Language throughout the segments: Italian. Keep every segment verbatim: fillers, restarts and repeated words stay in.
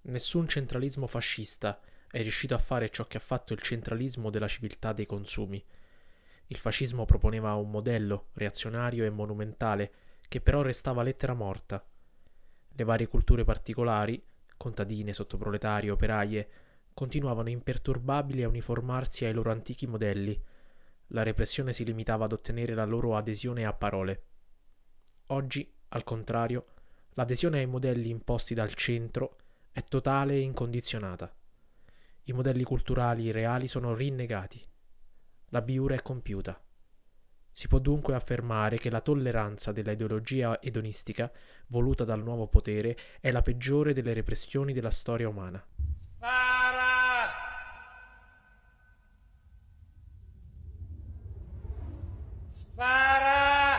Nessun centralismo fascista è riuscito a fare ciò che ha fatto il centralismo della civiltà dei consumi. Il fascismo proponeva un modello reazionario e monumentale che però restava lettera morta. Le varie culture particolari, contadine, sottoproletari, operaie, continuavano imperturbabili a uniformarsi ai loro antichi modelli. La repressione si limitava ad ottenere la loro adesione a parole. Oggi, al contrario, l'adesione ai modelli imposti dal centro è totale e incondizionata. I modelli culturali reali sono rinnegati. La biura è compiuta. Si può dunque affermare che la tolleranza della ideologia edonistica voluta dal nuovo potere è la peggiore delle repressioni della storia umana. Spara! Spara!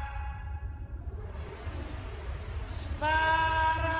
Spara!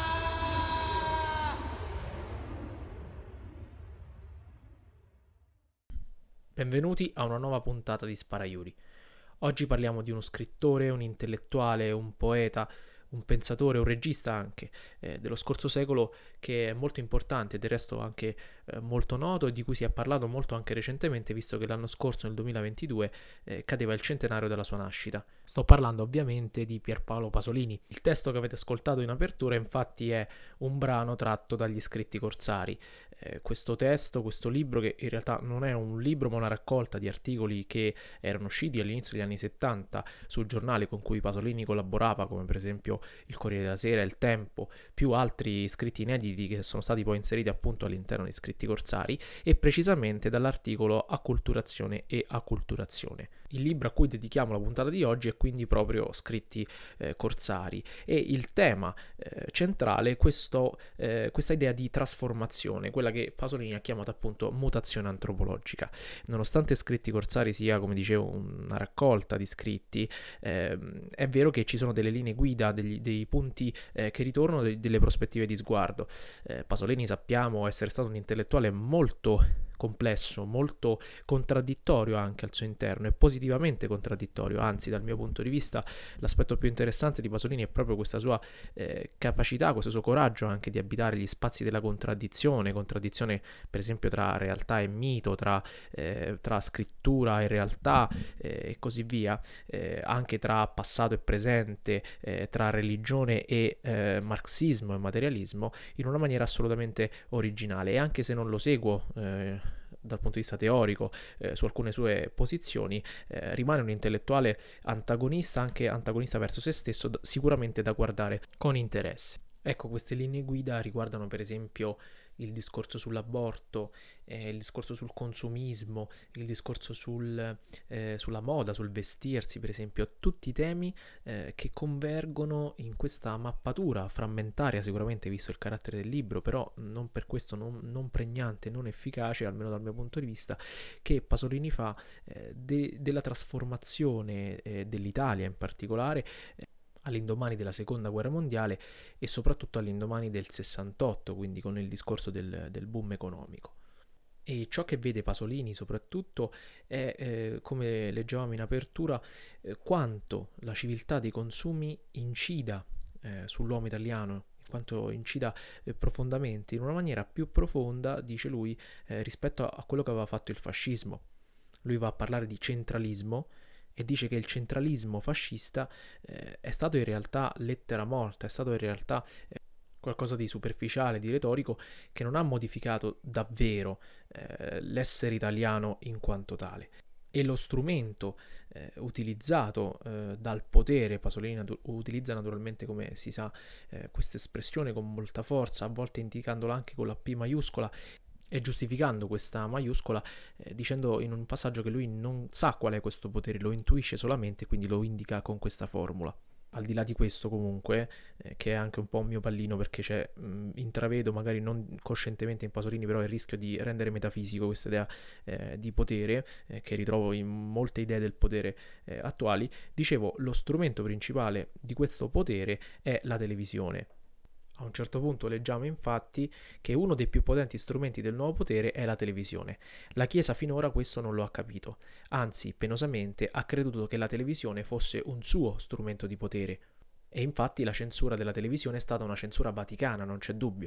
Benvenuti a una nuova puntata di Sparaiuri. Oggi parliamo di uno scrittore, un intellettuale, un poeta, un pensatore, un regista anche eh, dello scorso secolo che è molto importante, del resto anche eh, molto noto e di cui si è parlato molto anche recentemente, visto che l'anno scorso, nel duemilaventidue, eh, cadeva il centenario della sua nascita. Sto parlando ovviamente di Pierpaolo Pasolini. Il testo che avete ascoltato in apertura infatti è un brano tratto dagli Scritti Corsari. Eh, questo testo, questo libro, che in realtà non è un libro ma una raccolta di articoli che erano usciti all'inizio degli anni settanta sul giornale con cui Pasolini collaborava, come per esempio il Corriere della Sera, il Tempo, più altri scritti inediti che sono stati poi inseriti appunto all'interno dei Scritti Corsari, e precisamente dall'articolo Acculturazione e Acculturazione. Il libro a cui dedichiamo la puntata di oggi è quindi proprio Scritti eh, Corsari, e il tema eh, centrale è questo, eh, questa idea di trasformazione, quella che Pasolini ha chiamato appunto mutazione antropologica. Nonostante Scritti Corsari sia, come dicevo, una raccolta di scritti, eh, è vero che ci sono delle linee guida, degli, dei punti eh, che ritornano, de- delle prospettive di sguardo. Eh, Pasolini sappiamo essere stato un intellettuale molto complesso, molto contraddittorio anche al suo interno, e positivamente contraddittorio, anzi dal mio punto di vista l'aspetto più interessante di Pasolini è proprio questa sua eh, capacità, questo suo coraggio anche di abitare gli spazi della contraddizione, contraddizione per esempio tra realtà e mito, tra, eh, tra scrittura e realtà eh, e così via, eh, anche tra passato e presente, eh, tra religione e eh, marxismo e materialismo, in una maniera assolutamente originale. E anche se non lo seguo eh, dal punto di vista teorico eh, su alcune sue posizioni, eh, rimane un intellettuale antagonista, anche antagonista verso se stesso, d- sicuramente da guardare con interesse. Ecco, queste linee guida riguardano per esempio il discorso sull'aborto, eh, il discorso sul consumismo, il discorso sul, eh, sulla moda, sul vestirsi per esempio, tutti temi eh, che convergono in questa mappatura frammentaria, sicuramente visto il carattere del libro, però non per questo non, non pregnante, non efficace, almeno dal mio punto di vista, che Pasolini fa eh, de- della trasformazione eh, dell'Italia in particolare, eh, all'indomani della seconda guerra mondiale e soprattutto all'indomani del sessantotto, quindi con il discorso del, del boom economico. E ciò che vede Pasolini soprattutto è, eh, come leggevamo in apertura, eh, quanto la civiltà dei consumi incida eh, sull'uomo italiano, quanto incida eh, profondamente, in una maniera più profonda, dice lui, eh, rispetto a, a quello che aveva fatto il fascismo. Lui va a parlare di centralismo e dice che il centralismo fascista eh, è stato in realtà lettera morta, è stato in realtà eh, qualcosa di superficiale, di retorico, che non ha modificato davvero eh, l'essere italiano in quanto tale. E lo strumento eh, utilizzato eh, dal potere, Pasolini natu- utilizza naturalmente, come si sa, eh, questa espressione con molta forza, a volte indicandola anche con la P maiuscola, e giustificando questa maiuscola eh, dicendo in un passaggio che lui non sa qual è questo potere, lo intuisce solamente, quindi lo indica con questa formula. Al di là di questo comunque, eh, che è anche un po' un mio pallino, perché c'è, mh, intravedo magari non coscientemente in Pasolini, però il rischio di rendere metafisico questa idea eh, di potere, eh, che ritrovo in molte idee del potere eh, attuali. Dicevo, lo strumento principale di questo potere è la televisione. A un certo punto leggiamo infatti che uno dei più potenti strumenti del nuovo potere è la televisione. La Chiesa finora questo non lo ha capito, anzi penosamente ha creduto che la televisione fosse un suo strumento di potere. E infatti la censura della televisione è stata una censura vaticana, non c'è dubbio.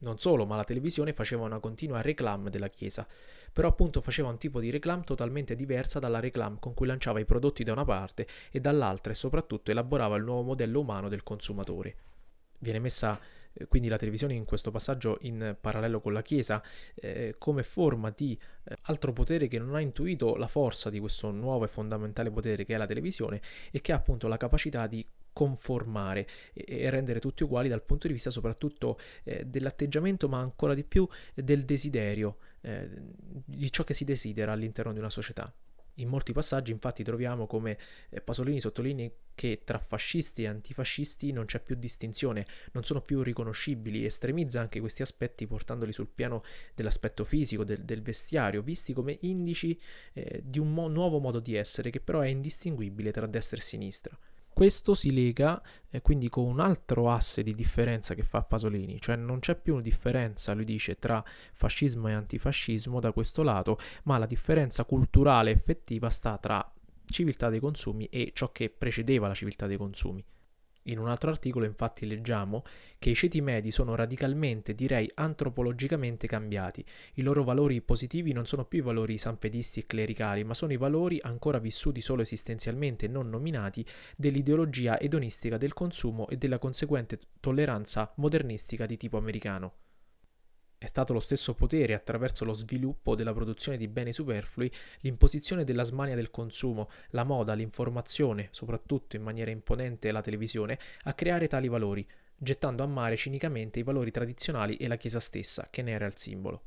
Non solo, ma la televisione faceva una continua réclame della Chiesa, però appunto faceva un tipo di réclame totalmente diversa dalla réclame con cui lanciava i prodotti da una parte e dall'altra, e soprattutto elaborava il nuovo modello umano del consumatore. Viene messa eh, quindi la televisione in questo passaggio in parallelo con la Chiesa eh, come forma di eh, altro potere che non ha intuito la forza di questo nuovo e fondamentale potere che è la televisione e che ha appunto la capacità di conformare e, e rendere tutti uguali dal punto di vista soprattutto eh, dell'atteggiamento, ma ancora di più eh, del desiderio, eh, di ciò che si desidera all'interno di una società. In molti passaggi infatti troviamo come eh, Pasolini sottolinei che tra fascisti e antifascisti non c'è più distinzione, non sono più riconoscibili, estremizza anche questi aspetti portandoli sul piano dell'aspetto fisico, del, del vestiario, visti come indici eh, di un mo- nuovo modo di essere che però è indistinguibile tra destra e sinistra. Questo si lega eh, quindi con un altro asse di differenza che fa Pasolini, cioè non c'è più una differenza, lui dice, tra fascismo e antifascismo da questo lato, ma la differenza culturale effettiva sta tra civiltà dei consumi e ciò che precedeva la civiltà dei consumi. In un altro articolo infatti leggiamo che i ceti medi sono radicalmente, direi antropologicamente cambiati. I loro valori positivi non sono più i valori sanfedisti e clericali, ma sono i valori ancora vissuti solo esistenzialmente e non nominati dell'ideologia edonistica del consumo e della conseguente tolleranza modernistica di tipo americano. È stato lo stesso potere, attraverso lo sviluppo della produzione di beni superflui, l'imposizione della smania del consumo, la moda, l'informazione, soprattutto in maniera imponente la televisione, a creare tali valori, gettando a mare cinicamente i valori tradizionali e la Chiesa stessa, che ne era il simbolo.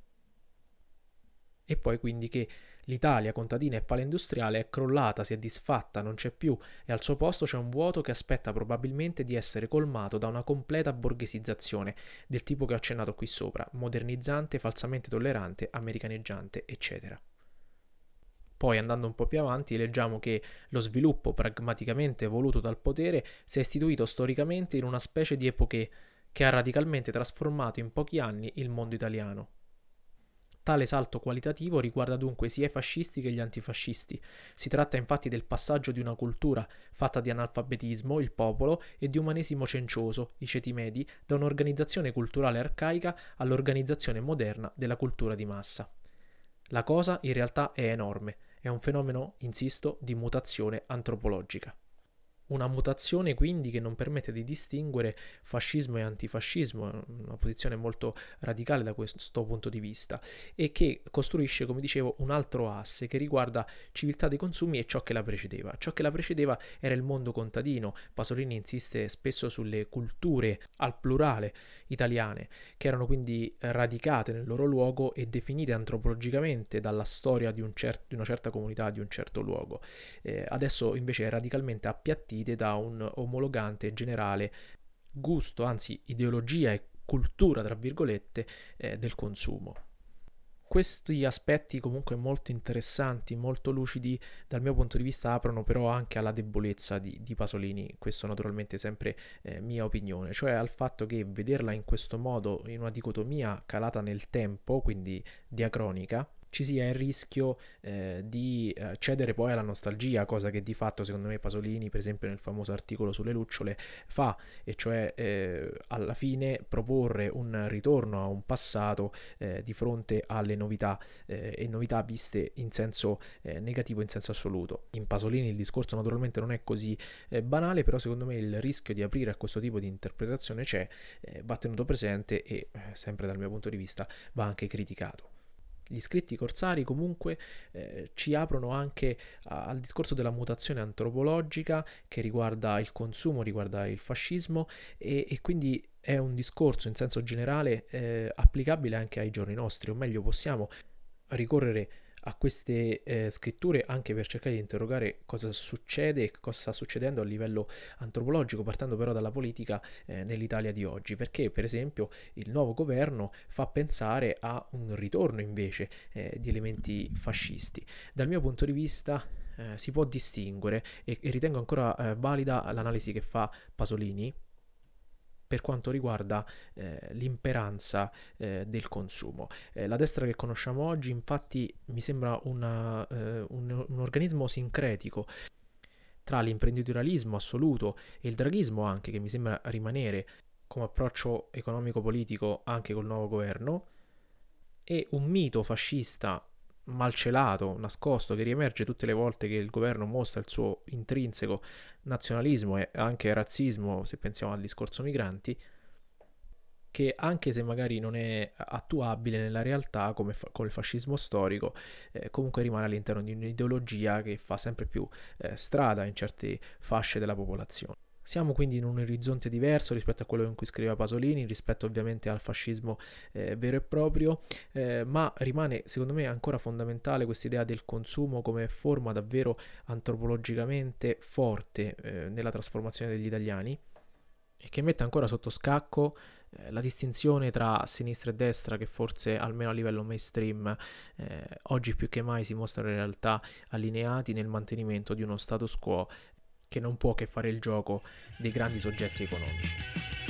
E poi quindi che l'Italia contadina e paleoindustriale è crollata, si è disfatta, non c'è più e al suo posto c'è un vuoto che aspetta probabilmente di essere colmato da una completa borghesizzazione del tipo che ho accennato qui sopra, modernizzante, falsamente tollerante, americaneggiante, eccetera. Poi andando un po' più avanti leggiamo che lo sviluppo pragmaticamente voluto dal potere si è istituito storicamente in una specie di epoché che ha radicalmente trasformato in pochi anni il mondo italiano. Tale salto qualitativo riguarda dunque sia i fascisti che gli antifascisti. Si tratta infatti del passaggio di una cultura fatta di analfabetismo, il popolo, e di umanesimo cencioso, i ceti medi, da un'organizzazione culturale arcaica all'organizzazione moderna della cultura di massa. La cosa in realtà è enorme, è un fenomeno, insisto, di mutazione antropologica. Una mutazione quindi che non permette di distinguere fascismo e antifascismo, una posizione molto radicale da questo punto di vista, e che costruisce, come dicevo, un altro asse che riguarda civiltà dei consumi e ciò che la precedeva. Ciò che la precedeva era il mondo contadino. Pasolini insiste spesso sulle culture al plurale italiane, che erano quindi radicate nel loro luogo e definite antropologicamente dalla storia di, un cer- di una certa comunità, di un certo luogo. Eh, adesso invece è radicalmente appiattito da un omologante generale gusto, anzi ideologia e cultura, tra virgolette, eh, del consumo. Questi aspetti comunque molto interessanti, molto lucidi dal mio punto di vista aprono però anche alla debolezza di, di Pasolini, questo naturalmente sempre eh, mia opinione, cioè al fatto che vederla in questo modo, in una dicotomia calata nel tempo, quindi diacronica, ci sia il rischio eh, di eh, cedere poi alla nostalgia, cosa che di fatto secondo me Pasolini, per esempio nel famoso articolo sulle lucciole, fa, e cioè eh, alla fine proporre un ritorno a un passato eh, di fronte alle novità eh, e novità viste in senso eh, negativo, in senso assoluto. In Pasolini il discorso naturalmente non è così eh, banale, però secondo me il rischio di aprire a questo tipo di interpretazione c'è, eh, va tenuto presente e eh, sempre dal mio punto di vista va anche criticato. Gli scritti corsari comunque eh, ci aprono anche a, al discorso della mutazione antropologica che riguarda il consumo, riguarda il fascismo e, e quindi è un discorso in senso generale eh, applicabile anche ai giorni nostri, o meglio possiamo ricorrere a queste eh, scritture anche per cercare di interrogare cosa succede e cosa sta succedendo a livello antropologico, partendo però dalla politica eh, nell'Italia di oggi, perché per esempio il nuovo governo fa pensare a un ritorno invece eh, di elementi fascisti. Dal mio punto di vista eh, si può distinguere e, e ritengo ancora eh, valida l'analisi che fa Pasolini per quanto riguarda eh, l'imperanza eh, del consumo. Eh, la destra che conosciamo oggi infatti mi sembra una, eh, un, un organismo sincretico tra l'imprenditorialismo assoluto e il draghismo anche, che mi sembra rimanere come approccio economico-politico anche col nuovo governo, e un mito fascista malcelato, nascosto, che riemerge tutte le volte che il governo mostra il suo intrinseco nazionalismo e anche razzismo, se pensiamo al discorso migranti, che anche se magari non è attuabile nella realtà come fa- con il fascismo storico, eh, comunque rimane all'interno di un'ideologia che fa sempre più eh, strada in certe fasce della popolazione. Siamo quindi in un orizzonte diverso rispetto a quello in cui scriveva Pasolini, rispetto ovviamente al fascismo eh, vero e proprio, eh, ma rimane secondo me ancora fondamentale questa idea del consumo come forma davvero antropologicamente forte eh, nella trasformazione degli italiani, e che mette ancora sotto scacco eh, la distinzione tra sinistra e destra, che forse almeno a livello mainstream eh, oggi più che mai si mostrano in realtà allineati nel mantenimento di uno status quo che non può che fare il gioco dei grandi soggetti economici.